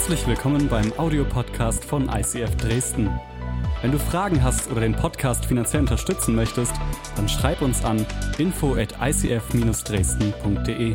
Herzlich willkommen beim Audiopodcast von ICF Dresden. Wenn du Fragen hast oder den Podcast finanziell unterstützen möchtest, dann schreib uns an info@icf-dresden.de.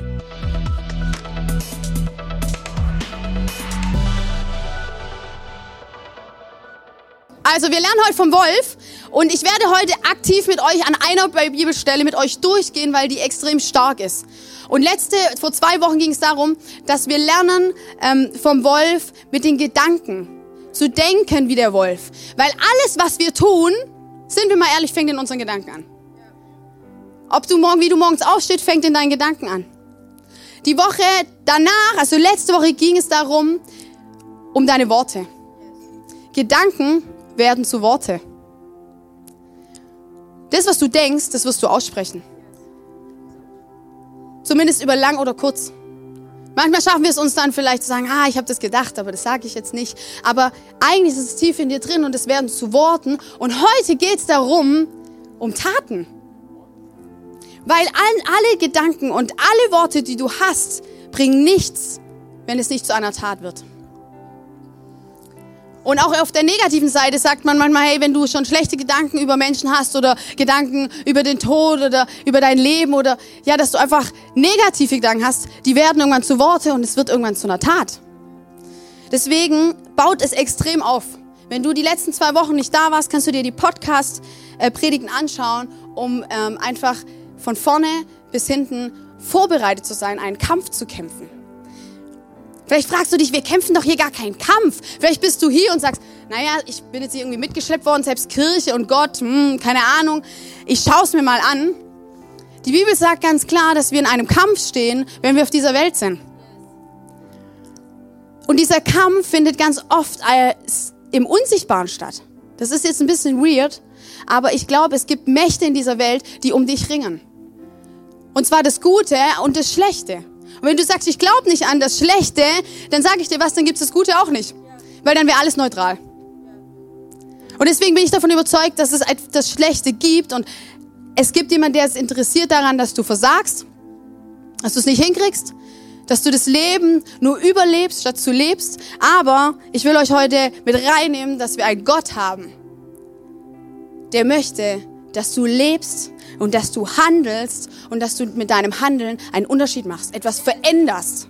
Also wir lernen heute vom Wolf und ich werde heute aktiv mit euch an einer Bibelstelle mit euch durchgehen, weil die extrem stark ist. Und vor 2 Wochen ging es darum, dass wir lernen vom Wolf mit den Gedanken zu denken wie der Wolf. Weil alles, was wir tun, sind wir mal ehrlich, fängt in unseren Gedanken an. Wie du morgens aufstehst, fängt in deinen Gedanken an. Die Woche danach, also letzte Woche, ging es darum, um deine Worte. Gedanken werden zu Worte. Das, was du denkst, das wirst du aussprechen. Zumindest über lang oder kurz. Manchmal schaffen wir es uns dann vielleicht zu sagen, ich habe das gedacht, aber das sage ich jetzt nicht. Aber eigentlich ist es tief in dir drin und es werden zu Worten. Und heute geht es darum, um Taten. Weil alle Gedanken und alle Worte, die du hast, bringen nichts, wenn es nicht zu einer Tat wird. Und auch auf der negativen Seite sagt man manchmal, hey, wenn du schon schlechte Gedanken über Menschen hast oder Gedanken über den Tod oder über dein Leben oder ja, dass du einfach negative Gedanken hast, die werden irgendwann zu Worte und es wird irgendwann zu einer Tat. Deswegen baut es extrem auf. Wenn du die letzten 2 Wochen nicht da warst, kannst du dir die Podcast-Predigten anschauen, um einfach von vorne bis hinten vorbereitet zu sein, einen Kampf zu kämpfen. Vielleicht fragst du dich, wir kämpfen doch hier gar keinen Kampf. Vielleicht bist du hier und sagst, ich bin jetzt hier irgendwie mitgeschleppt worden, selbst Kirche und Gott, keine Ahnung. Ich schaue es mir mal an. Die Bibel sagt ganz klar, dass wir in einem Kampf stehen, wenn wir auf dieser Welt sind. Und dieser Kampf findet ganz oft im Unsichtbaren statt. Das ist jetzt ein bisschen weird, aber ich glaube, es gibt Mächte in dieser Welt, die um dich ringen. Und zwar das Gute und das Schlechte. Und wenn du sagst, ich glaube nicht an das Schlechte, dann sage ich dir was, dann gibt es das Gute auch nicht. Weil dann wäre alles neutral. Und deswegen bin ich davon überzeugt, dass es das Schlechte gibt. Und es gibt jemanden, der ist interessiert daran, dass du versagst, dass du es nicht hinkriegst, dass du das Leben nur überlebst, statt zu lebst. Aber ich will euch heute mit reinnehmen, dass wir einen Gott haben, der möchte, dass du lebst und dass du handelst und dass du mit deinem Handeln einen Unterschied machst, etwas veränderst.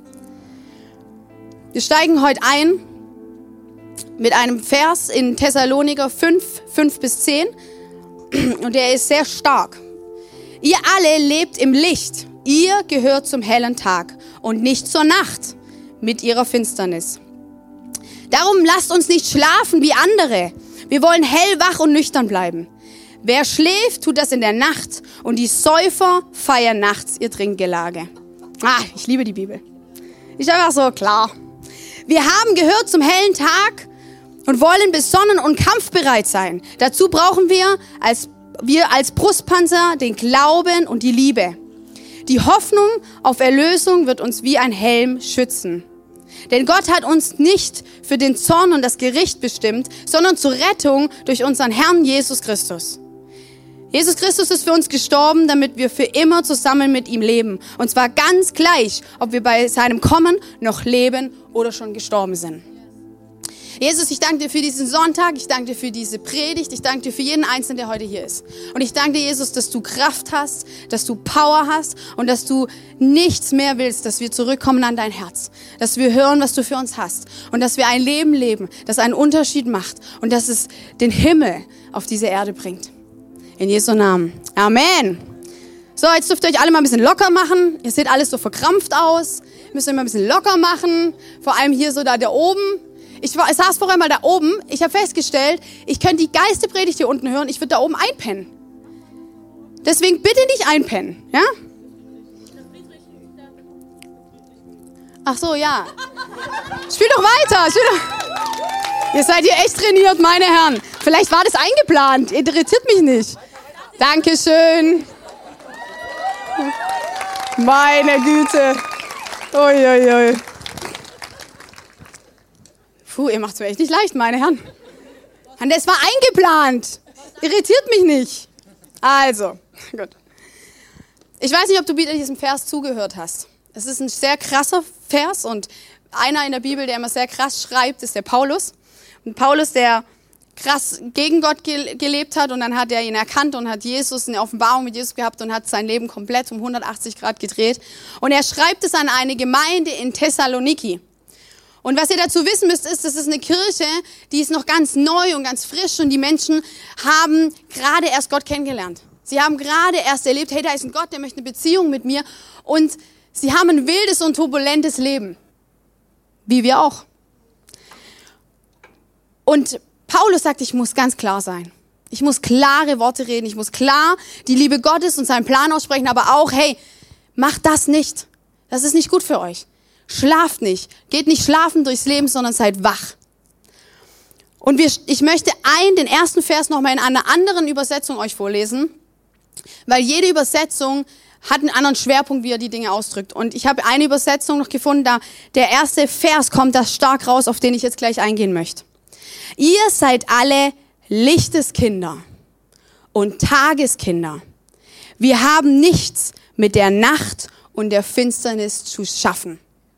Wir steigen heute ein mit einem Vers in Thessaloniker 5:5-10 und der ist sehr stark. Ihr alle lebt im Licht, ihr gehört zum hellen Tag und nicht zur Nacht mit ihrer Finsternis. Darum lasst uns nicht schlafen wie andere. Wir wollen hellwach und nüchtern bleiben. Wer schläft, tut das in der Nacht und die Säufer feiern nachts ihr Trinkgelage. Ich liebe die Bibel. Ist einfach so klar. Wir haben gehört zum hellen Tag und wollen besonnen und kampfbereit sein. Dazu brauchen wir als Brustpanzer den Glauben und die Liebe. Die Hoffnung auf Erlösung wird uns wie ein Helm schützen. Denn Gott hat uns nicht für den Zorn und das Gericht bestimmt, sondern zur Rettung durch unseren Herrn Jesus Christus. Jesus Christus ist für uns gestorben, damit wir für immer zusammen mit ihm leben. Und zwar ganz gleich, ob wir bei seinem Kommen noch leben oder schon gestorben sind. Jesus, ich danke dir für diesen Sonntag, ich danke dir für diese Predigt, ich danke dir für jeden Einzelnen, der heute hier ist. Und ich danke dir, Jesus, dass du Kraft hast, dass du Power hast und dass du nichts mehr willst, dass wir zurückkommen an dein Herz. Dass wir hören, was du für uns hast und dass wir ein Leben leben, das einen Unterschied macht und dass es den Himmel auf diese Erde bringt. In Jesu Namen. Amen. So, jetzt dürft ihr euch alle mal ein bisschen locker machen. Ihr seht alles so verkrampft aus. Ihr müsst euch mal ein bisschen locker machen. Vor allem hier so da oben. Ich saß vorher mal da oben. Ich habe festgestellt, ich könnte die geilste Predigt hier unten hören. Ich würde da oben einpennen. Deswegen bitte nicht einpennen. Ja? Ach so, ja. Spiel doch weiter. Ihr seid hier echt trainiert, meine Herren. Vielleicht war das eingeplant. Ihr irritiert mich nicht. Dankeschön. Meine Güte. Uiuiui. Ihr macht es mir echt nicht leicht, meine Herren. Und das war eingeplant. Irritiert mich nicht. Also, gut. Ich weiß nicht, ob du wieder diesem Vers zugehört hast. Es ist ein sehr krasser Vers und einer in der Bibel, der immer sehr krass schreibt, ist der Paulus. Und Paulus, der krass gegen Gott gelebt hat und dann hat er ihn erkannt und hat Jesus, eine Offenbarung mit Jesus gehabt und hat sein Leben komplett um 180 Grad gedreht. Und er schreibt es an eine Gemeinde in Thessaloniki. Und was ihr dazu wissen müsst, ist, das ist eine Kirche, die ist noch ganz neu und ganz frisch und die Menschen haben gerade erst Gott kennengelernt. Sie haben gerade erst erlebt, hey, da ist ein Gott, der möchte eine Beziehung mit mir und sie haben ein wildes und turbulentes Leben. Wie wir auch. Und Paulus sagt, ich muss ganz klar sein. Ich muss klare Worte reden. Ich muss klar die Liebe Gottes und seinen Plan aussprechen, aber auch, hey, macht das nicht. Das ist nicht gut für euch. Schlaft nicht. Geht nicht schlafen durchs Leben, sondern seid wach. Und ich möchte den ersten Vers nochmal in einer anderen Übersetzung euch vorlesen, weil jede Übersetzung hat einen anderen Schwerpunkt, wie er die Dinge ausdrückt. Und ich habe eine Übersetzung noch gefunden, da der erste Vers kommt da stark raus, auf den ich jetzt gleich eingehen möchte. Ihr seid alle Lichteskinder und Tageskinder. Wir haben nichts mit der Nacht und der Finsternis zu schaffen.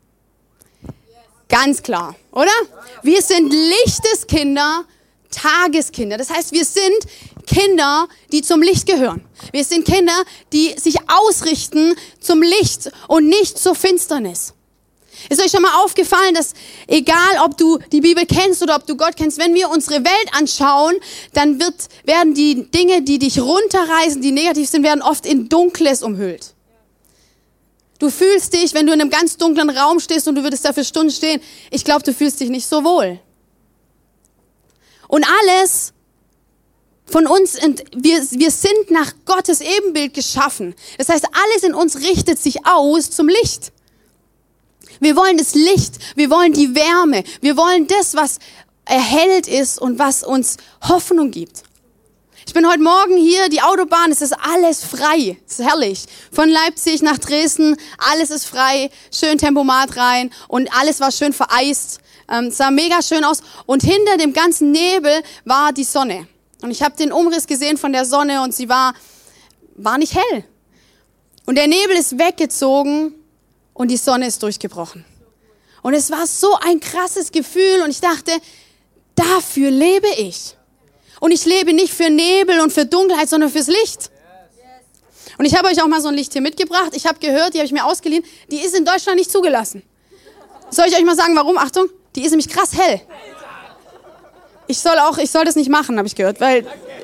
Ganz klar, oder? Wir sind Lichteskinder, Tageskinder. Das heißt, wir sind Kinder, die zum Licht gehören. Wir sind Kinder, die sich ausrichten zum Licht und nicht zur Finsternis. Ist euch schon mal aufgefallen, dass egal, ob du die Bibel kennst oder ob du Gott kennst, wenn wir unsere Welt anschauen, dann werden die Dinge, die dich runterreißen, die negativ sind, werden oft in Dunkles umhüllt. Du fühlst dich, wenn du in einem ganz dunklen Raum stehst und du würdest da für Stunden stehen, ich glaube, du fühlst dich nicht so wohl. Und alles von uns, wir sind nach Gottes Ebenbild geschaffen. Das heißt, alles in uns richtet sich aus zum Licht. Wir wollen das Licht, wir wollen die Wärme, wir wollen das, was erhellt ist und was uns Hoffnung gibt. Ich bin heute Morgen hier, die Autobahn, es ist alles frei, es ist herrlich. Von Leipzig nach Dresden, alles ist frei, schön Tempomat rein und alles war schön vereist, sah mega schön aus und hinter dem ganzen Nebel war die Sonne. Und ich habe den Umriss gesehen von der Sonne und sie war nicht hell. Und der Nebel ist weggezogen und die Sonne ist durchgebrochen. Und es war so ein krasses Gefühl und ich dachte, dafür lebe ich. Und ich lebe nicht für Nebel und für Dunkelheit, sondern fürs Licht. Und ich habe euch auch mal so ein Licht hier mitgebracht. Ich habe gehört, die habe ich mir ausgeliehen, die ist in Deutschland nicht zugelassen. Soll ich euch mal sagen, warum? Achtung, die ist nämlich krass hell. Ich soll das nicht machen, habe ich gehört, weil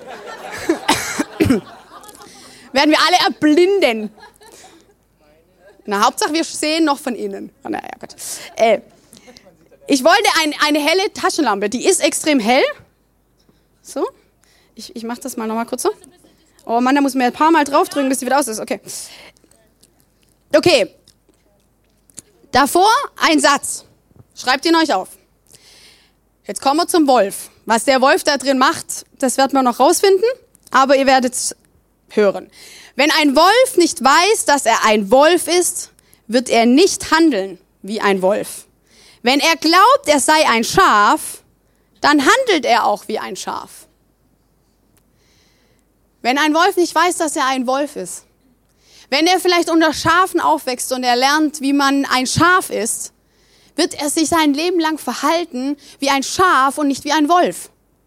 werden wir alle erblinden. Na, Hauptsache wir sehen noch von innen. Oh, na, ja, Gott. Ich wollte eine helle Taschenlampe, die ist extrem hell. So, ich mache das mal nochmal kurz so. Oh Mann, da muss man ein paar Mal draufdrücken, bis sie wieder aus ist. Okay. Okay. Davor ein Satz. Schreibt ihn euch auf. Jetzt kommen wir zum Wolf. Was der Wolf da drin macht, das werden wir noch rausfinden, aber ihr werdet es hören. Wenn ein Wolf nicht weiß, dass er ein Wolf ist, wird er nicht handeln wie ein Wolf. Wenn er glaubt, er sei ein Schaf, dann handelt er auch wie ein Schaf. Wenn ein Wolf nicht weiß, dass er ein Wolf ist, wenn er vielleicht unter Schafen aufwächst und er lernt, wie man ein Schaf ist, wird er sich sein Leben lang verhalten wie ein Schaf und nicht wie ein Wolf.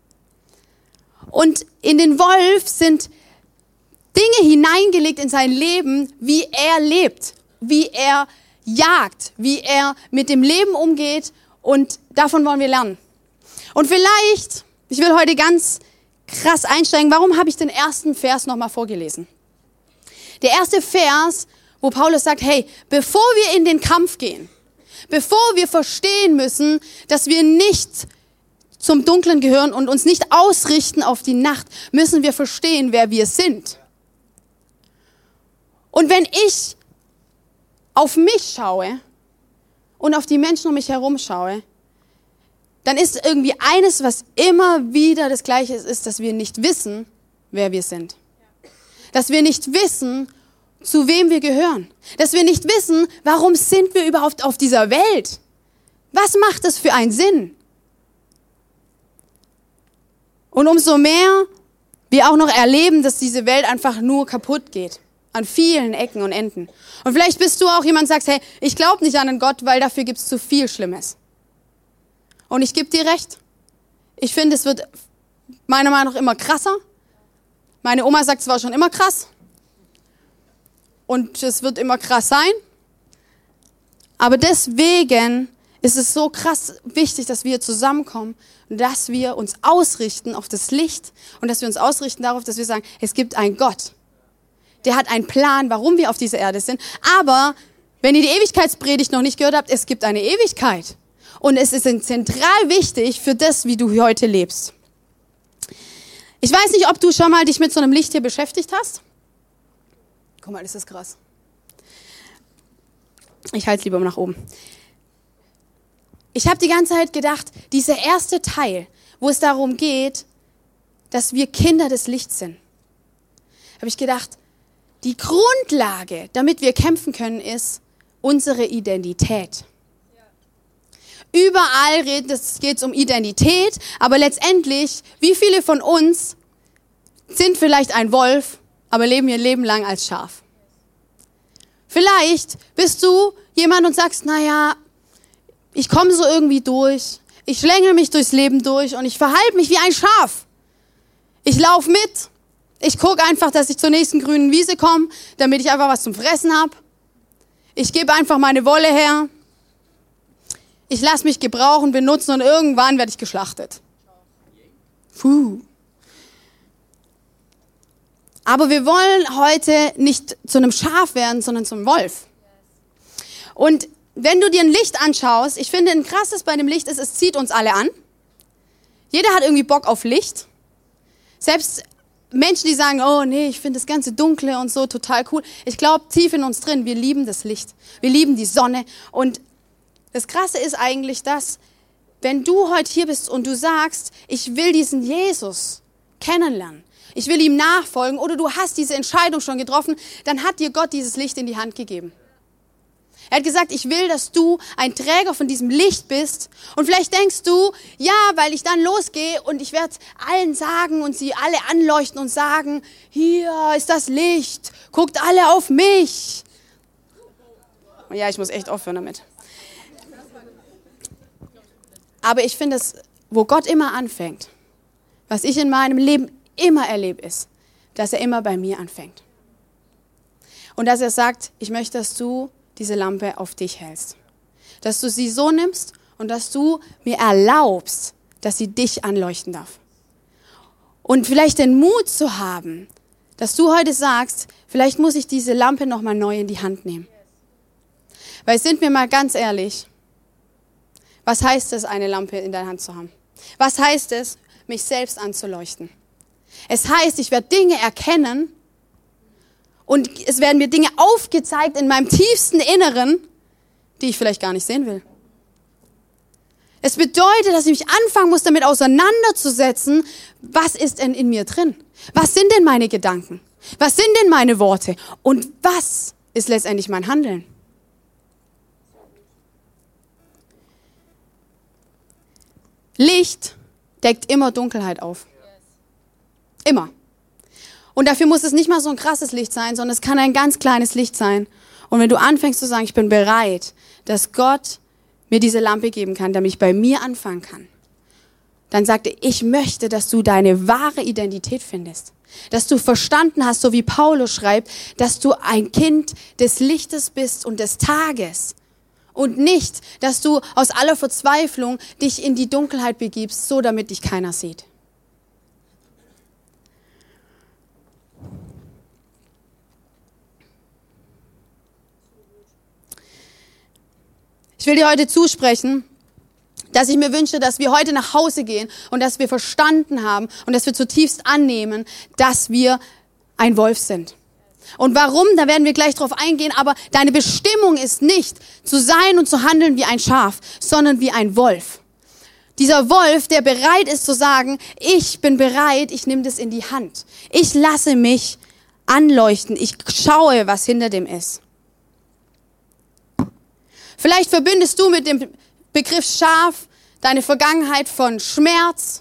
Und in den Wolf sind Dinge hineingelegt in sein Leben, wie er lebt, wie er jagt, wie er mit dem Leben umgeht und davon wollen wir lernen. Und vielleicht, ich will heute ganz krass einsteigen, warum habe ich den ersten Vers nochmal vorgelesen? Der erste Vers, wo Paulus sagt, hey, bevor wir in den Kampf gehen, bevor wir verstehen müssen, dass wir nicht zum Dunklen gehören und uns nicht ausrichten auf die Nacht, müssen wir verstehen, wer wir sind. Und wenn ich auf mich schaue und auf die Menschen um mich herum schaue, dann ist irgendwie eines, was immer wieder das Gleiche ist, dass wir nicht wissen, wer wir sind. Dass wir nicht wissen, zu wem wir gehören. Dass wir nicht wissen, warum sind wir überhaupt auf dieser Welt? Was macht es für einen Sinn? Und umso mehr wir auch noch erleben, dass diese Welt einfach nur kaputt geht. An vielen Ecken und Enden. Und vielleicht bist du auch jemand, der sagt, hey, ich glaube nicht an einen Gott, weil dafür gibt es zu viel Schlimmes. Und ich gebe dir recht. Ich finde, es wird meiner Meinung nach immer krasser. Meine Oma sagt, es war schon immer krass. Und es wird immer krass sein. Aber deswegen ist es so krass wichtig, dass wir zusammenkommen und dass wir uns ausrichten auf das Licht und dass wir uns ausrichten darauf, dass wir sagen, es gibt einen Gott. Der hat einen Plan, warum wir auf dieser Erde sind. Aber wenn ihr die Ewigkeitspredigt noch nicht gehört habt, es gibt eine Ewigkeit. Und es ist zentral wichtig für das, wie du heute lebst. Ich weiß nicht, ob du schon mal dich mit so einem Licht hier beschäftigt hast. Guck mal, das ist krass. Ich halte es lieber mal nach oben. Ich habe die ganze Zeit gedacht, dieser erste Teil, wo es darum geht, dass wir Kinder des Lichts sind, habe ich gedacht, die Grundlage, damit wir kämpfen können, ist unsere Identität. Überall geht es um Identität, aber letztendlich, wie viele von uns sind vielleicht ein Wolf, aber leben ihr Leben lang als Schaf? Vielleicht bist du jemand und sagst, naja, ich komme so irgendwie durch, ich schlängel mich durchs Leben durch und ich verhalte mich wie ein Schaf. Ich laufe mit, ich gucke einfach, dass ich zur nächsten grünen Wiese komme, damit ich einfach was zum Fressen habe. Ich gebe einfach meine Wolle her. Ich lasse mich gebrauchen, benutzen und irgendwann werde ich geschlachtet. Puh. Aber wir wollen heute nicht zu einem Schaf werden, sondern zum Wolf. Und wenn du dir ein Licht anschaust, ich finde, ein krasses bei dem Licht ist, es zieht uns alle an. Jeder hat irgendwie Bock auf Licht. Selbst Menschen, die sagen, oh nee, ich finde das ganze Dunkle und so total cool. Ich glaube, tief in uns drin, wir lieben das Licht. Wir lieben die Sonne. Und das Krasse ist eigentlich das, wenn du heute hier bist und du sagst, ich will diesen Jesus kennenlernen, ich will ihm nachfolgen oder du hast diese Entscheidung schon getroffen, dann hat dir Gott dieses Licht in die Hand gegeben. Er hat gesagt, ich will, dass du ein Träger von diesem Licht bist. Und vielleicht denkst du, ja, weil ich dann losgehe und ich werde allen sagen und sie alle anleuchten und sagen, hier ist das Licht, guckt alle auf mich. Ja, ich muss echt aufhören damit. Aber ich finde es, wo Gott immer anfängt, was ich in meinem Leben immer erlebe, ist, dass er immer bei mir anfängt. Und dass er sagt, ich möchte, dass du diese Lampe auf dich hältst. Dass du sie so nimmst und dass du mir erlaubst, dass sie dich anleuchten darf. Und vielleicht den Mut zu haben, dass du heute sagst, vielleicht muss ich diese Lampe nochmal neu in die Hand nehmen. Weil sind wir mal ganz ehrlich, was heißt es, eine Lampe in der Hand zu haben? Was heißt es, mich selbst anzuleuchten? Es heißt, ich werde Dinge erkennen und es werden mir Dinge aufgezeigt in meinem tiefsten Inneren, die ich vielleicht gar nicht sehen will. Es bedeutet, dass ich mich anfangen muss, damit auseinanderzusetzen, was ist denn in mir drin? Was sind denn meine Gedanken? Was sind denn meine Worte? Und was ist letztendlich mein Handeln? Licht deckt immer Dunkelheit auf. Immer. Und dafür muss es nicht mal so ein krasses Licht sein, sondern es kann ein ganz kleines Licht sein. Und wenn du anfängst zu sagen, ich bin bereit, dass Gott mir diese Lampe geben kann, damit ich bei mir anfangen kann, dann sagt er, ich möchte, dass du deine wahre Identität findest. Dass du verstanden hast, so wie Paulus schreibt, dass du ein Kind des Lichtes bist und des Tages. Und nicht, dass du aus aller Verzweiflung dich in die Dunkelheit begibst, so damit dich keiner sieht. Ich will dir heute zusprechen, dass ich mir wünsche, dass wir heute nach Hause gehen und dass wir verstanden haben und dass wir zutiefst annehmen, dass wir ein Wolf sind. Und warum, da werden wir gleich drauf eingehen, aber deine Bestimmung ist nicht zu sein und zu handeln wie ein Schaf, sondern wie ein Wolf. Dieser Wolf, der bereit ist zu sagen, ich bin bereit, ich nehme das in die Hand. Ich lasse mich anleuchten, ich schaue, was hinter dem ist. Vielleicht verbindest du mit dem Begriff Schaf deine Vergangenheit von Schmerz,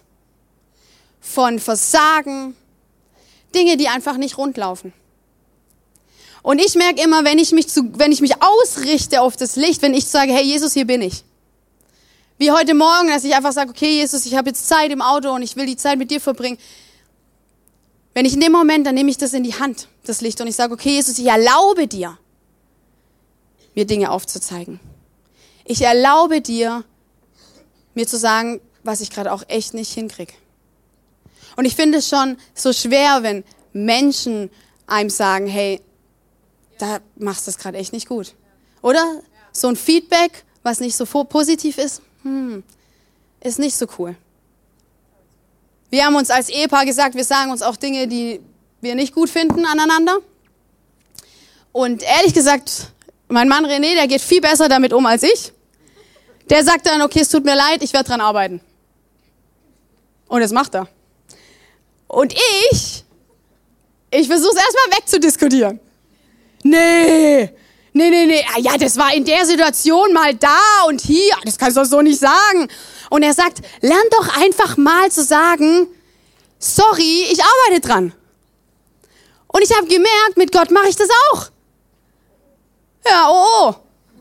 von Versagen, Dinge, die einfach nicht rund laufen. Und ich merke immer, wenn ich mich ausrichte auf das Licht, wenn ich sage, hey Jesus, hier bin ich. Wie heute Morgen, dass ich einfach sage, okay Jesus, ich habe jetzt Zeit im Auto und ich will die Zeit mit dir verbringen. Wenn ich in dem Moment, dann nehme ich das in die Hand, das Licht, und ich sage, okay Jesus, ich erlaube dir, mir Dinge aufzuzeigen. Ich erlaube dir, mir zu sagen, was ich gerade auch echt nicht hinkriege. Und ich finde es schon so schwer, wenn Menschen einem sagen, hey, da machst du es gerade echt nicht gut. Oder? So ein Feedback, was nicht so positiv ist, ist nicht so cool. Wir haben uns als Ehepaar gesagt, wir sagen uns auch Dinge, die wir nicht gut finden aneinander. Und ehrlich gesagt, mein Mann René, der geht viel besser damit um als ich. Der sagt dann, okay, es tut mir leid, ich werde dran arbeiten. Und das macht er. Und ich versuche es erstmal wegzudiskutieren. Nee. Ja, das war in der Situation mal da und hier. Das kannst du doch so nicht sagen. Und er sagt, lern doch einfach mal zu sagen, sorry, ich arbeite dran. Und ich habe gemerkt, mit Gott mache ich das auch. Ja, oh.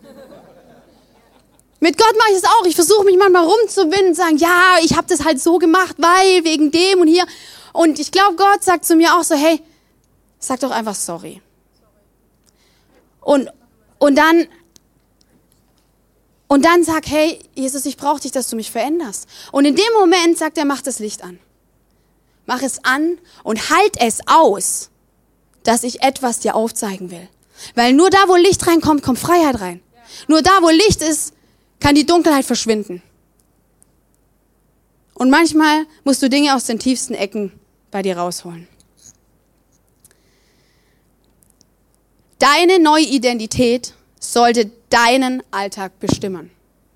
Mit Gott mache ich das auch. Ich versuche mich manchmal rumzuwinden und sagen, ja, ich habe das halt so gemacht, weil, wegen dem und hier. Und ich glaube, Gott sagt zu mir auch so, hey, sag doch einfach sorry. Und dann sag, hey, Jesus, ich brauche dich, dass du mich veränderst. Und in dem Moment sagt er, mach das Licht an. Mach es an und halt es aus, dass ich etwas dir aufzeigen will. Weil nur da, wo Licht reinkommt, kommt Freiheit rein. Nur da, wo Licht ist, kann die Dunkelheit verschwinden. Und manchmal musst du Dinge aus den tiefsten Ecken bei dir rausholen. Deine neue Identität sollte deinen Alltag bestimmen.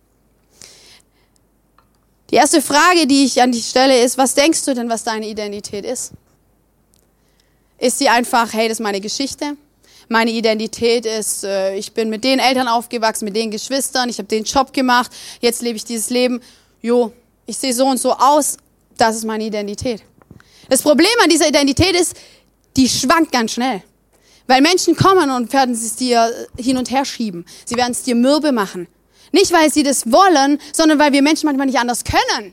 Die erste Frage, die ich an dich stelle, ist, was denkst du denn, was deine Identität ist? Ist sie einfach, hey, das ist meine Geschichte? Meine Identität ist, ich bin mit den Eltern aufgewachsen, mit den Geschwistern, ich habe den Job gemacht, jetzt lebe ich dieses Leben. Ich sehe so und so aus, das ist meine Identität. Das Problem an dieser Identität ist, die schwankt ganz schnell. Weil Menschen kommen und werden es dir hin und her schieben. Sie werden es dir mürbe machen. Nicht, weil sie das wollen, sondern weil wir Menschen manchmal nicht anders können.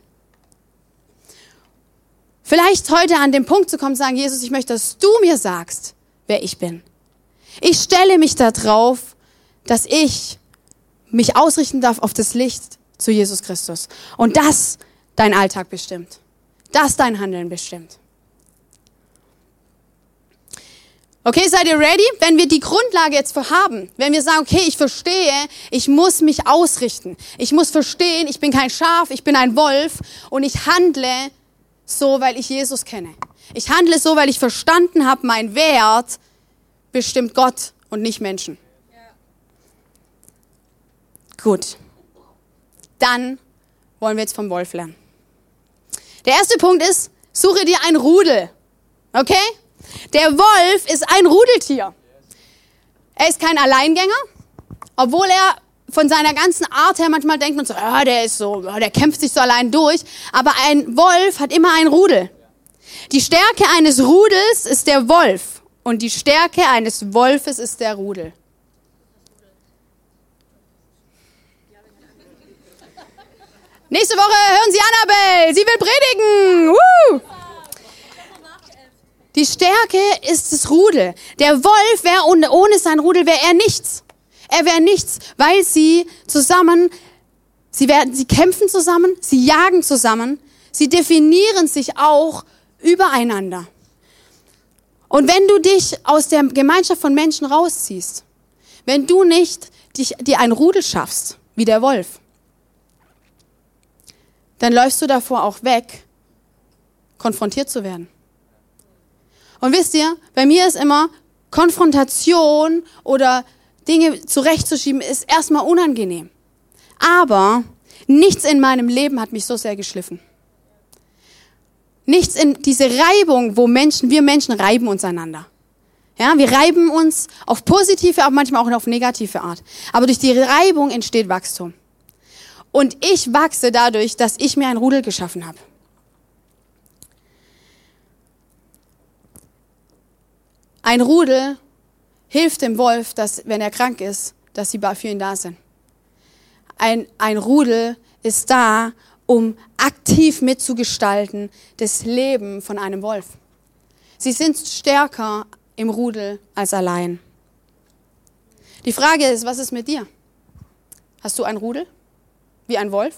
Vielleicht heute an den Punkt zu kommen und sagen, Jesus, ich möchte, dass du mir sagst, wer ich bin. Ich stelle mich darauf, dass ich mich ausrichten darf auf das Licht zu Jesus Christus. Und das dein Alltag bestimmt. Das dein Handeln bestimmt. Okay, seid ihr ready? Wenn wir die Grundlage jetzt haben, wenn wir sagen, okay, ich verstehe, ich muss mich ausrichten. Ich muss verstehen, ich bin kein Schaf, ich bin ein Wolf und ich handle so, weil ich Jesus kenne. Ich handle so, weil ich verstanden habe, mein Wert bestimmt Gott und nicht Menschen. Ja. Gut. Dann wollen wir jetzt vom Wolf lernen. Der erste Punkt ist, suche dir ein Rudel. Okay? Der Wolf ist ein Rudeltier. Er ist kein Alleingänger, obwohl er von seiner ganzen Art her manchmal denkt man so, der kämpft sich so allein durch. Aber ein Wolf hat immer ein Rudel. Die Stärke eines Rudels ist der Wolf und die Stärke eines Wolfes ist der Rudel. Nächste Woche hören Sie Annabelle, sie will predigen. Woo! Die Stärke ist das Rudel. Der Wolf wäre ohne sein Rudel wäre er nichts. Er wäre nichts, weil sie kämpfen zusammen, sie jagen zusammen, sie definieren sich auch übereinander. Und wenn du dich aus der Gemeinschaft von Menschen rausziehst, wenn du nicht dir ein Rudel schaffst, wie der Wolf, dann läufst du davor auch weg, konfrontiert zu werden. Und wisst ihr, bei mir ist immer Konfrontation oder Dinge zurechtzuschieben, ist erstmal unangenehm. Aber nichts in meinem Leben hat mich so sehr geschliffen. Nichts in diese Reibung, wo wir Menschen reiben uns einander. Ja, wir reiben uns auf positive, aber manchmal auch auf negative Art. Aber durch die Reibung entsteht Wachstum. Und ich wachse dadurch, dass ich mir ein Rudel geschaffen habe. Ein Rudel hilft dem Wolf, dass, wenn er krank ist, dass sie für ihn da sind. Ein Rudel ist da, um aktiv mitzugestalten das Leben von einem Wolf. Sie sind stärker im Rudel als allein. Die Frage ist, was ist mit dir? Hast du ein Rudel? Wie ein Wolf?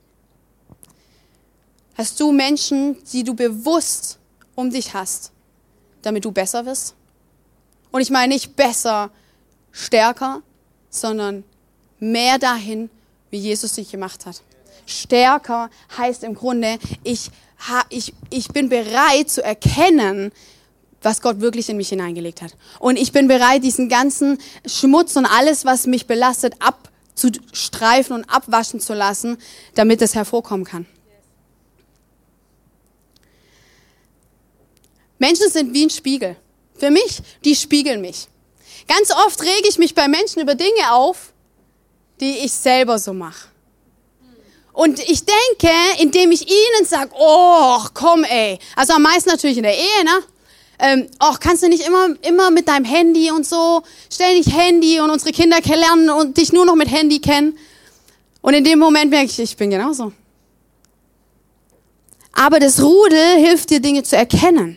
Hast du Menschen, die du bewusst um dich hast, damit du besser wirst? Und ich meine nicht besser, stärker, sondern mehr dahin, wie Jesus dich gemacht hat. Stärker heißt im Grunde, ich bin bereit zu erkennen, was Gott wirklich in mich hineingelegt hat. Und ich bin bereit, diesen ganzen Schmutz und alles, was mich belastet, abzustreifen und abwaschen zu lassen, damit es hervorkommen kann. Menschen sind wie ein Spiegel. Für mich, die spiegeln mich. Ganz oft rege ich mich bei Menschen über Dinge auf, die ich selber so mache. Und ich denke, indem ich ihnen sage, oh, komm ey, also am meisten natürlich in der Ehe, ne? Kannst du nicht immer mit deinem Handy und so, ständig Handy und unsere Kinder lernen und dich nur noch mit Handy kennen. Und in dem Moment merke ich bin genauso. Aber das Rudel hilft dir, Dinge zu erkennen.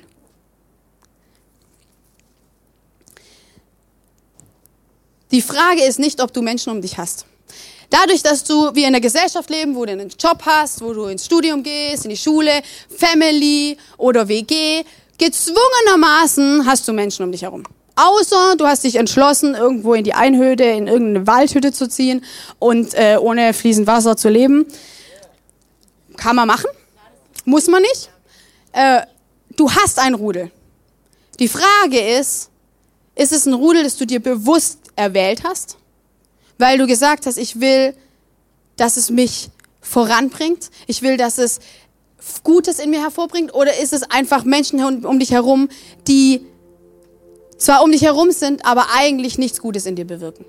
Die Frage ist nicht, ob du Menschen um dich hast. Dadurch, dass wir in der Gesellschaft leben, wo du einen Job hast, wo du ins Studium gehst, in die Schule, Family oder WG, gezwungenermaßen hast du Menschen um dich herum. Außer du hast dich entschlossen, irgendwo in die Einöde, in irgendeine Waldhütte zu ziehen und ohne fließend Wasser zu leben. Kann man machen, muss man nicht. Du hast ein Rudel. Die Frage ist es ein Rudel, das du dir bewusst erwählt hast? Weil du gesagt hast, ich will, dass es mich voranbringt. Ich will, dass es Gutes in mir hervorbringt. Oder ist es einfach Menschen um dich herum, die zwar um dich herum sind, aber eigentlich nichts Gutes in dir bewirken?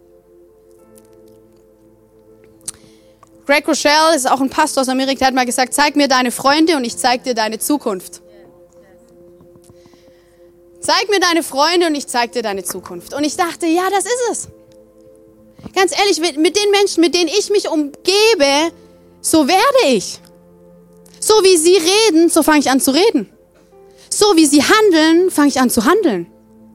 Greg Rochelle ist auch ein Pastor aus Amerika, der hat mal gesagt, zeig mir deine Freunde und ich zeig dir deine Zukunft. Zeig mir deine Freunde und ich zeig dir deine Zukunft. Und ich dachte, ja, das ist es. Ganz ehrlich, mit den Menschen, mit denen ich mich umgebe, so werde ich. So wie sie reden, so fange ich an zu reden. So wie sie handeln, fange ich an zu handeln.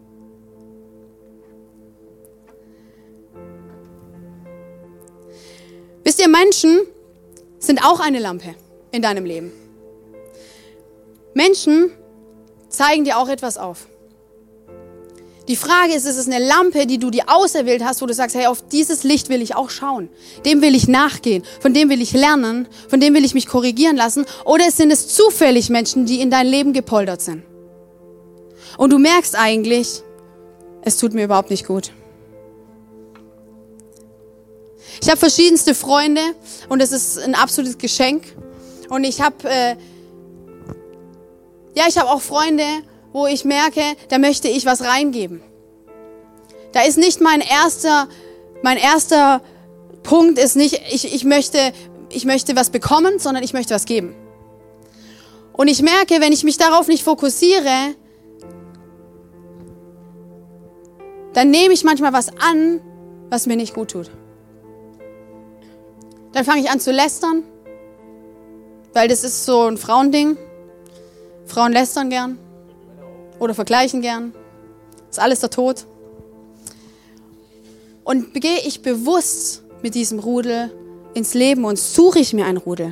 Wisst ihr, Menschen sind auch eine Lampe in deinem Leben. Menschen zeigen dir auch etwas auf. Die Frage ist es eine Lampe, die du dir auserwählt hast, wo du sagst, hey, auf dieses Licht will ich auch schauen. Dem will ich nachgehen, von dem will ich lernen, von dem will ich mich korrigieren lassen. Oder sind es zufällig Menschen, die in dein Leben gepoltert sind? Und du merkst eigentlich, es tut mir überhaupt nicht gut. Ich habe verschiedenste Freunde und es ist ein absolutes Geschenk. Und ich habe auch Freunde, wo ich merke, da möchte ich was reingeben. Da ist nicht mein erster Punkt ist nicht, ich möchte was bekommen, sondern ich möchte was geben. Und ich merke, wenn ich mich darauf nicht fokussiere, dann nehme ich manchmal was an, was mir nicht gut tut. Dann fange ich an zu lästern, weil das ist so ein Frauending. Frauen lästern gern. Oder vergleichen gern. Ist alles der Tod. Und gehe ich bewusst mit diesem Rudel ins Leben und suche ich mir ein Rudel.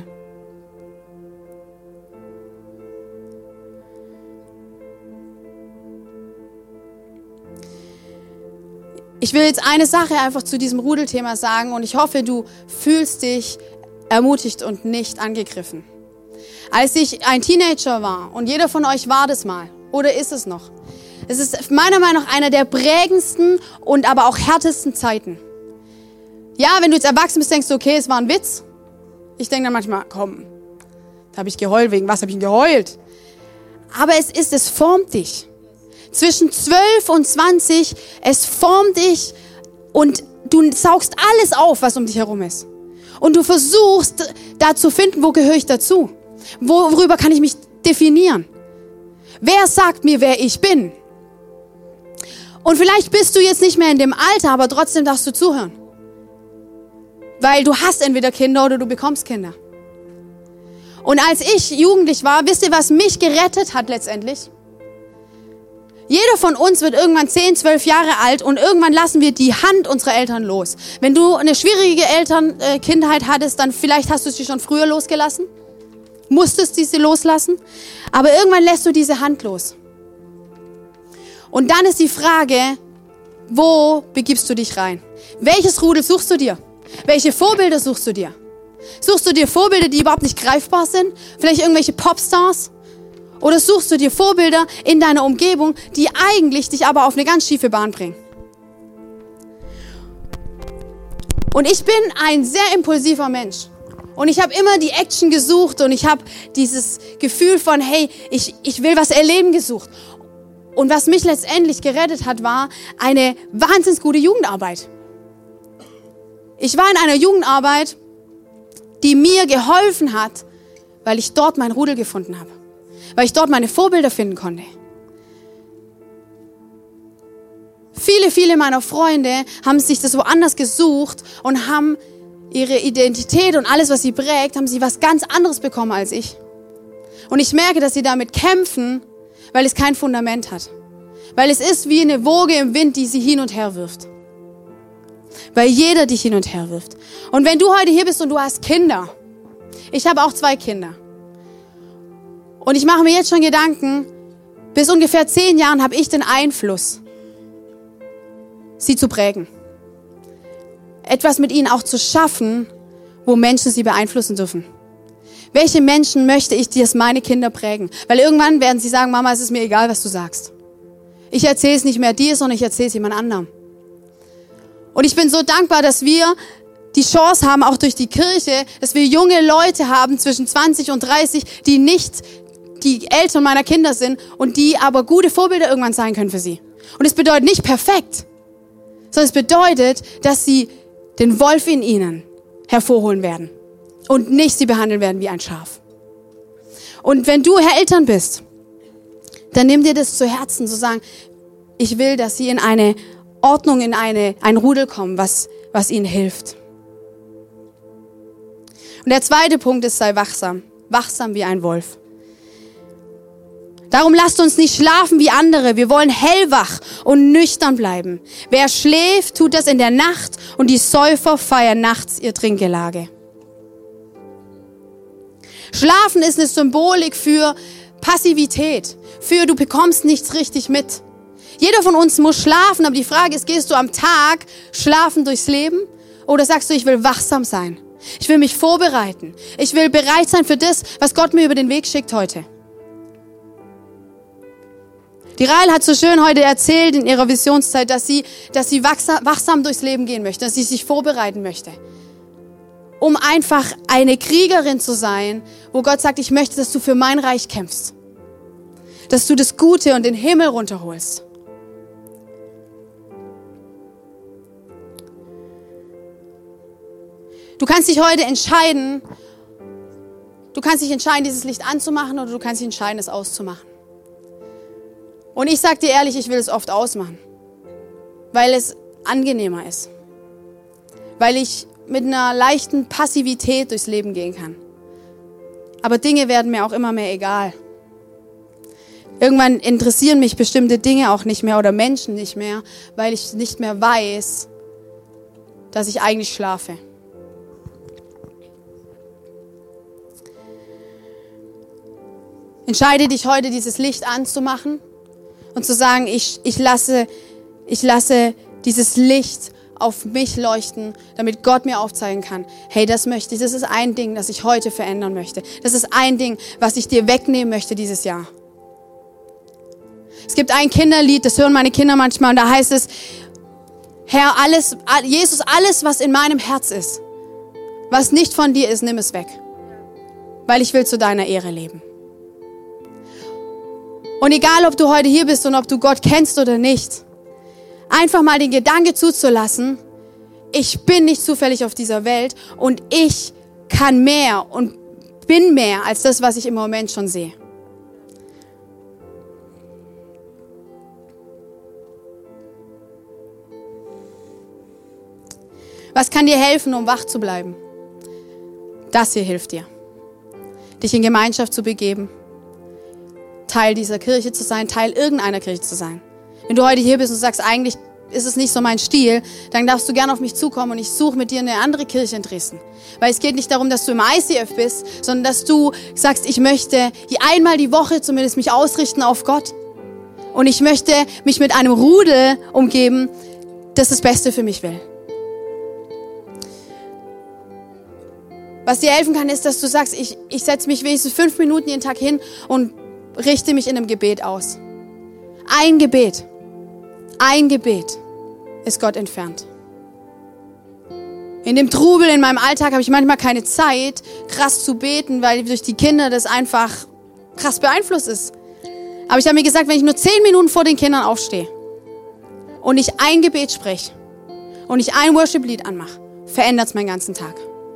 Ich will jetzt eine Sache einfach zu diesem Rudelthema sagen und ich hoffe, du fühlst dich ermutigt und nicht angegriffen. Als ich ein Teenager war, und jeder von euch war das mal, oder ist es noch? Es ist meiner Meinung nach einer der prägendsten und aber auch härtesten Zeiten. Ja, wenn du jetzt erwachsen bist, denkst du, okay, es war ein Witz. Ich denke dann manchmal, komm, da habe ich geheult, wegen was habe ich denn geheult? Aber es formt dich. Zwischen 12 und 20, es formt dich und du saugst alles auf, was um dich herum ist. Und du versuchst, da zu finden, wo gehöre ich dazu? Worüber kann ich mich definieren? Wer sagt mir, wer ich bin? Und vielleicht bist du jetzt nicht mehr in dem Alter, aber trotzdem darfst du zuhören. Weil du hast entweder Kinder oder du bekommst Kinder. Und als ich jugendlich war, wisst ihr, was mich gerettet hat letztendlich? Jeder von uns wird irgendwann 10, 12 Jahre alt und irgendwann lassen wir die Hand unserer Eltern los. Wenn du eine schwierige Kindheit hattest, dann vielleicht hast du sie schon früher losgelassen. Musstest sie loslassen. Aber irgendwann lässt du diese Hand los. Und dann ist die Frage, wo begibst du dich rein? Welches Rudel suchst du dir? Welche Vorbilder suchst du dir? Suchst du dir Vorbilder, die überhaupt nicht greifbar sind? Vielleicht irgendwelche Popstars? Oder suchst du dir Vorbilder in deiner Umgebung, die eigentlich dich aber auf eine ganz schiefe Bahn bringen? Und ich bin ein sehr impulsiver Mensch. Und ich habe immer die Action gesucht und ich habe dieses Gefühl von, hey, ich will was erleben gesucht. Und was mich letztendlich gerettet hat, war eine wahnsinnig gute Jugendarbeit. Ich war in einer Jugendarbeit, die mir geholfen hat, weil ich dort mein Rudel gefunden habe. Weil ich dort meine Vorbilder finden konnte. Viele meiner Freunde haben sich das woanders gesucht und haben ihre Identität und alles, was sie prägt, haben sie was ganz anderes bekommen als ich. Und ich merke, dass sie damit kämpfen, weil es kein Fundament hat. Weil es ist wie eine Woge im Wind, die sie hin und her wirft. Weil jeder dich hin und her wirft. Und wenn du heute hier bist und du hast Kinder, ich habe auch 2 Kinder. Und ich mache mir jetzt schon Gedanken, bis ungefähr 10 Jahren habe ich den Einfluss, sie zu prägen. Etwas mit ihnen auch zu schaffen, wo Menschen sie beeinflussen dürfen. Welche Menschen möchte ich, dass meine Kinder prägen? Weil irgendwann werden sie sagen, Mama, es ist mir egal, was du sagst. Ich erzähle es nicht mehr dir, sondern ich erzähle es jemand anderem. Und ich bin so dankbar, dass wir die Chance haben, auch durch die Kirche, dass wir junge Leute haben, zwischen 20 und 30, die nicht die Eltern meiner Kinder sind und die aber gute Vorbilder irgendwann sein können für sie. Und es bedeutet nicht perfekt, sondern es bedeutet, dass sie den Wolf in ihnen hervorholen werden und nicht sie behandeln werden wie ein Schaf. Und wenn du Eltern bist, dann nimm dir das zu Herzen, zu sagen, ich will, dass sie in eine Ordnung, in ein Rudel kommen, was ihnen hilft. Und der zweite Punkt ist, sei wachsam. Wachsam wie ein Wolf. Darum lasst uns nicht schlafen wie andere. Wir wollen hellwach und nüchtern bleiben. Wer schläft, tut das in der Nacht und die Säufer feiern nachts ihr Trinkgelage. Schlafen ist eine Symbolik für Passivität, für du bekommst nichts richtig mit. Jeder von uns muss schlafen, aber die Frage ist, gehst du am Tag schlafen durchs Leben oder sagst du, ich will wachsam sein? Ich will mich vorbereiten. Ich will bereit sein für das, was Gott mir über den Weg schickt heute. Die Rael hat so schön heute erzählt in ihrer Visionszeit, dass sie wachsam durchs Leben gehen möchte, dass sie sich vorbereiten möchte. Um einfach eine Kriegerin zu sein, wo Gott sagt, ich möchte, dass du für mein Reich kämpfst. Dass du das Gute und den Himmel runterholst. Du kannst dich heute entscheiden, dieses Licht anzumachen oder du kannst dich entscheiden, es auszumachen. Und ich sage dir ehrlich, ich will es oft ausmachen, weil es angenehmer ist. Weil ich mit einer leichten Passivität durchs Leben gehen kann. Aber Dinge werden mir auch immer mehr egal. Irgendwann interessieren mich bestimmte Dinge auch nicht mehr oder Menschen nicht mehr, weil ich nicht mehr weiß, dass ich eigentlich schlafe. Entscheide dich heute, dieses Licht anzumachen und zu sagen, ich lasse dieses Licht auf mich leuchten, damit Gott mir aufzeigen kann, hey, das möchte ich, das ist ein Ding, das ich heute verändern möchte. Das ist ein Ding, was ich dir wegnehmen möchte dieses Jahr. Es gibt ein Kinderlied, das hören meine Kinder manchmal und da heißt es, Herr, Jesus, alles, was in meinem Herz ist, was nicht von dir ist, nimm es weg, weil ich will zu deiner Ehre leben. Und egal, ob du heute hier bist und ob du Gott kennst oder nicht, einfach mal den Gedanke zuzulassen, ich bin nicht zufällig auf dieser Welt und ich kann mehr und bin mehr als das, was ich im Moment schon sehe. Was kann dir helfen, um wach zu bleiben? Das hier hilft dir. Dich in Gemeinschaft zu begeben, Teil dieser Kirche zu sein, Teil irgendeiner Kirche zu sein. Wenn du heute hier bist und sagst, eigentlich ist es nicht so mein Stil, dann darfst du gerne auf mich zukommen und ich suche mit dir eine andere Kirche in Dresden. Weil es geht nicht darum, dass du im ICF bist, sondern dass du sagst, ich möchte einmal die Woche zumindest mich ausrichten auf Gott. Und ich möchte mich mit einem Rudel umgeben, das das Beste für mich will. Was dir helfen kann, ist, dass du sagst, ich setze mich wenigstens 5 Minuten jeden Tag hin und richte mich in einem Gebet aus. Ein Gebet ist Gott entfernt. In dem Trubel in meinem Alltag habe ich manchmal keine Zeit, krass zu beten, weil durch die Kinder das einfach krass beeinflusst ist. Aber ich habe mir gesagt, wenn ich nur 10 Minuten vor den Kindern aufstehe und ich ein Gebet spreche und ich ein Worship-Lied anmache, verändert es meinen ganzen Tag.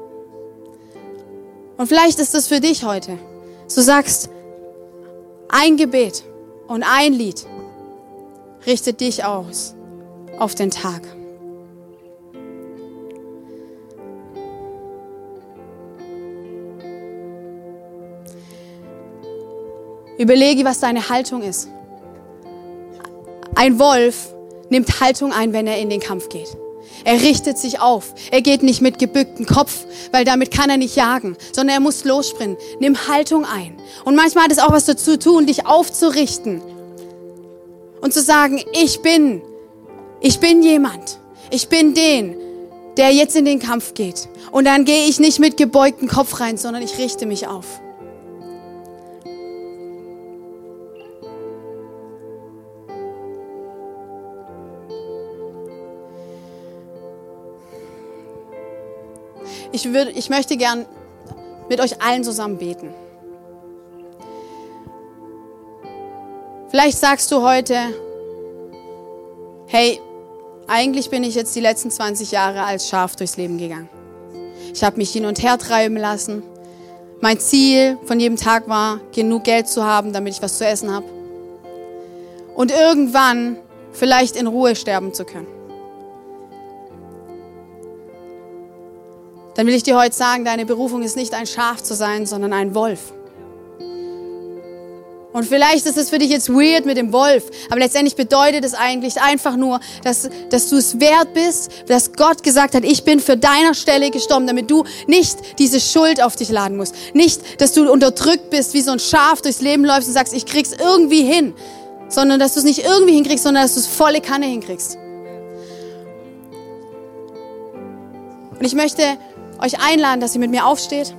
Und vielleicht ist das für dich heute. Du sagst, ein Gebet und ein Lied richtet dich aus auf den Tag. Überlege, was deine Haltung ist. Ein Wolf nimmt Haltung ein, wenn er in den Kampf geht. Er richtet sich auf. Er geht nicht mit gebücktem Kopf, weil damit kann er nicht jagen, sondern er muss lossprinten. Nimm Haltung ein. Und manchmal hat es auch was dazu zu tun, dich aufzurichten und zu sagen, ich bin jemand. Ich bin der jetzt in den Kampf geht. Und dann gehe ich nicht mit gebeugtem Kopf rein, sondern ich richte mich auf. Ich möchte gern mit euch allen zusammen beten. Vielleicht sagst du heute, hey, eigentlich bin ich jetzt die letzten 20 Jahre als Schaf durchs Leben gegangen. Ich habe mich hin und her treiben lassen. Mein Ziel von jedem Tag war, genug Geld zu haben, damit ich was zu essen habe. Und irgendwann vielleicht in Ruhe sterben zu können. Dann will ich dir heute sagen, deine Berufung ist nicht ein Schaf zu sein, sondern ein Wolf. Und vielleicht ist es für dich jetzt weird mit dem Wolf, aber letztendlich bedeutet es eigentlich einfach nur, dass du es wert bist, dass Gott gesagt hat, ich bin für deiner Stelle gestorben, damit du nicht diese Schuld auf dich laden musst. Nicht, dass du unterdrückt bist, wie so ein Schaf durchs Leben läufst und sagst, ich krieg's irgendwie hin, sondern dass du es nicht irgendwie hinkriegst, sondern dass du es volle Kanne hinkriegst. Und ich möchte euch einladen, dass ihr mit mir aufsteht.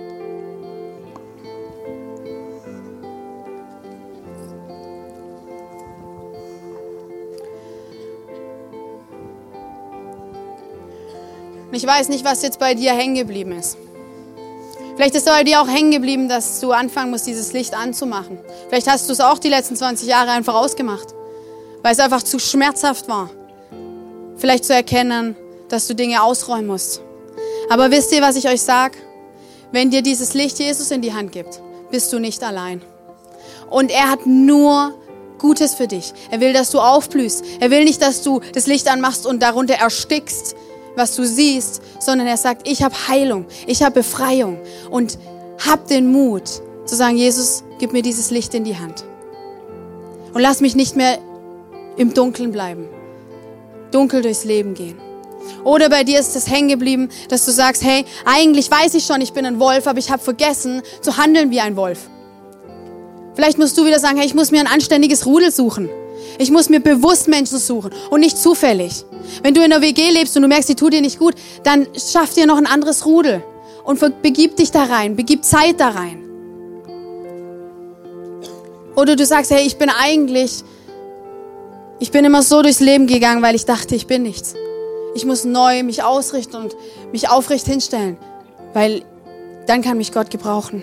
Und ich weiß nicht, was jetzt bei dir hängen geblieben ist. Vielleicht ist bei dir auch hängen geblieben, dass du anfangen musst, dieses Licht anzumachen. Vielleicht hast du es auch die letzten 20 Jahre einfach ausgemacht, weil es einfach zu schmerzhaft war. Vielleicht zu erkennen, dass du Dinge ausräumen musst. Aber wisst ihr, was ich euch sage? Wenn dir dieses Licht Jesus in die Hand gibt, bist du nicht allein. Und er hat nur Gutes für dich. Er will, dass du aufblühst. Er will nicht, dass du das Licht anmachst und darunter erstickst, was du siehst, sondern er sagt, ich habe Heilung, ich habe Befreiung und hab den Mut zu sagen, Jesus, gib mir dieses Licht in die Hand. Und lass mich nicht mehr im Dunkeln bleiben, dunkel durchs Leben gehen. Oder bei dir ist es hängen geblieben, dass du sagst, hey, eigentlich weiß ich schon, ich bin ein Wolf, aber ich habe vergessen zu handeln wie ein Wolf. Vielleicht musst du wieder sagen, hey, ich muss mir ein anständiges Rudel suchen. Ich muss mir bewusst Menschen suchen und nicht zufällig. Wenn du in einer WG lebst und du merkst, die tut dir nicht gut, dann schaff dir noch ein anderes Rudel und begib dich da rein, begib Zeit da rein. Oder du sagst, hey, ich bin immer so durchs Leben gegangen, weil ich dachte, ich bin nichts. Ich muss neu mich ausrichten und mich aufrecht hinstellen, weil dann kann mich Gott gebrauchen.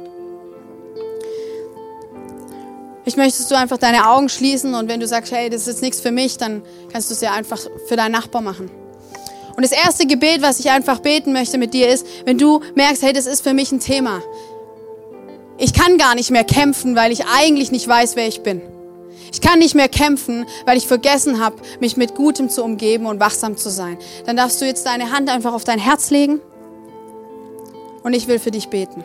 Ich möchte, dass du einfach deine Augen schließen und wenn du sagst, hey, das ist jetzt nichts für mich, dann kannst du es ja einfach für deinen Nachbar machen. Und das erste Gebet, was ich einfach beten möchte mit dir ist, wenn du merkst, hey, das ist für mich ein Thema. Ich kann gar nicht mehr kämpfen, weil ich eigentlich nicht weiß, wer ich bin. Ich kann nicht mehr kämpfen, weil ich vergessen habe, mich mit Gutem zu umgeben und wachsam zu sein. Dann darfst du jetzt deine Hand einfach auf dein Herz legen und ich will für dich beten.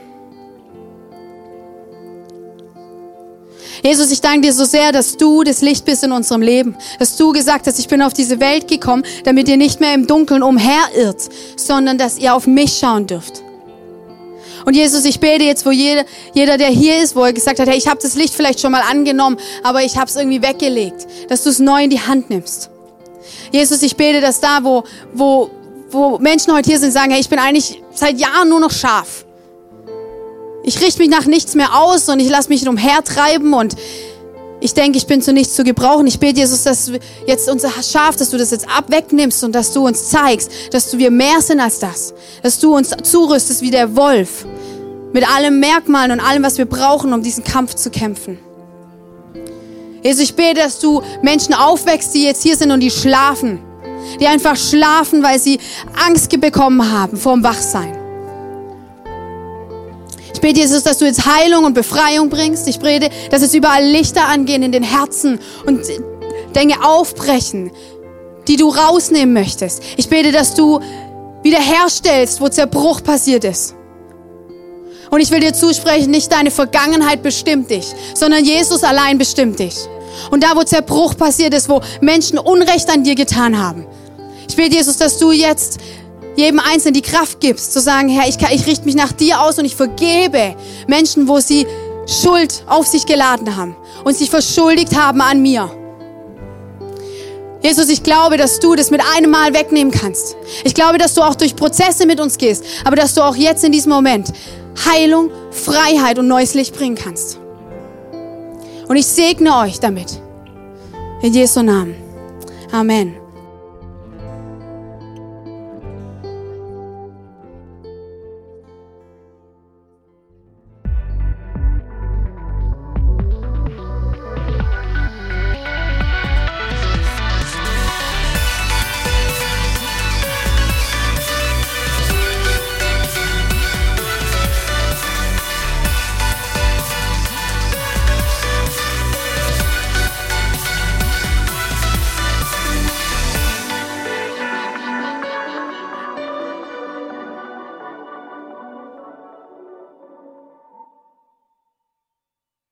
Jesus, ich danke dir so sehr, dass du das Licht bist in unserem Leben. Dass du gesagt hast, ich bin auf diese Welt gekommen, damit ihr nicht mehr im Dunkeln umherirrt, sondern dass ihr auf mich schauen dürft. Und Jesus, ich bete jetzt, wo jeder, der hier ist, wo er gesagt hat, hey, ich habe das Licht vielleicht schon mal angenommen, aber ich habe es irgendwie weggelegt, dass du es neu in die Hand nimmst. Jesus, ich bete, dass da, wo Menschen heute hier sind, sagen, hey, ich bin eigentlich seit Jahren nur noch Schaf. Ich richte mich nach nichts mehr aus und ich lasse mich umhertreiben und ich denke, ich bin zu nichts zu gebrauchen. Ich bete, Jesus, dass jetzt unser Schaf, dass du das jetzt wegnimmst und dass du uns zeigst, dass wir mehr sind als das. Dass du uns zurüstest wie der Wolf. Mit allen Merkmalen und allem, was wir brauchen, um diesen Kampf zu kämpfen. Jesus, ich bete, dass du Menschen aufwächst, die jetzt hier sind und die schlafen. Die einfach schlafen, weil sie Angst bekommen haben vor dem Wachsein. Ich bete, Jesus, dass du jetzt Heilung und Befreiung bringst. Ich bete, dass jetzt überall Lichter angehen in den Herzen und Dinge aufbrechen, die du rausnehmen möchtest. Ich bete, dass du wiederherstellst, wo Zerbruch passiert ist. Und ich will dir zusprechen, nicht deine Vergangenheit bestimmt dich, sondern Jesus allein bestimmt dich. Und da, wo Zerbruch passiert ist, wo Menschen Unrecht an dir getan haben. Ich bete, Jesus, dass du jetzt jedem Einzelnen die Kraft gibst, zu sagen, Herr, ich richte mich nach dir aus und ich vergebe Menschen, wo sie Schuld auf sich geladen haben und sich verschuldigt haben an mir. Jesus, ich glaube, dass du das mit einem Mal wegnehmen kannst. Ich glaube, dass du auch durch Prozesse mit uns gehst, aber dass du auch jetzt in diesem Moment Heilung, Freiheit und neues Licht bringen kannst. Und ich segne euch damit. In Jesu Namen. Amen.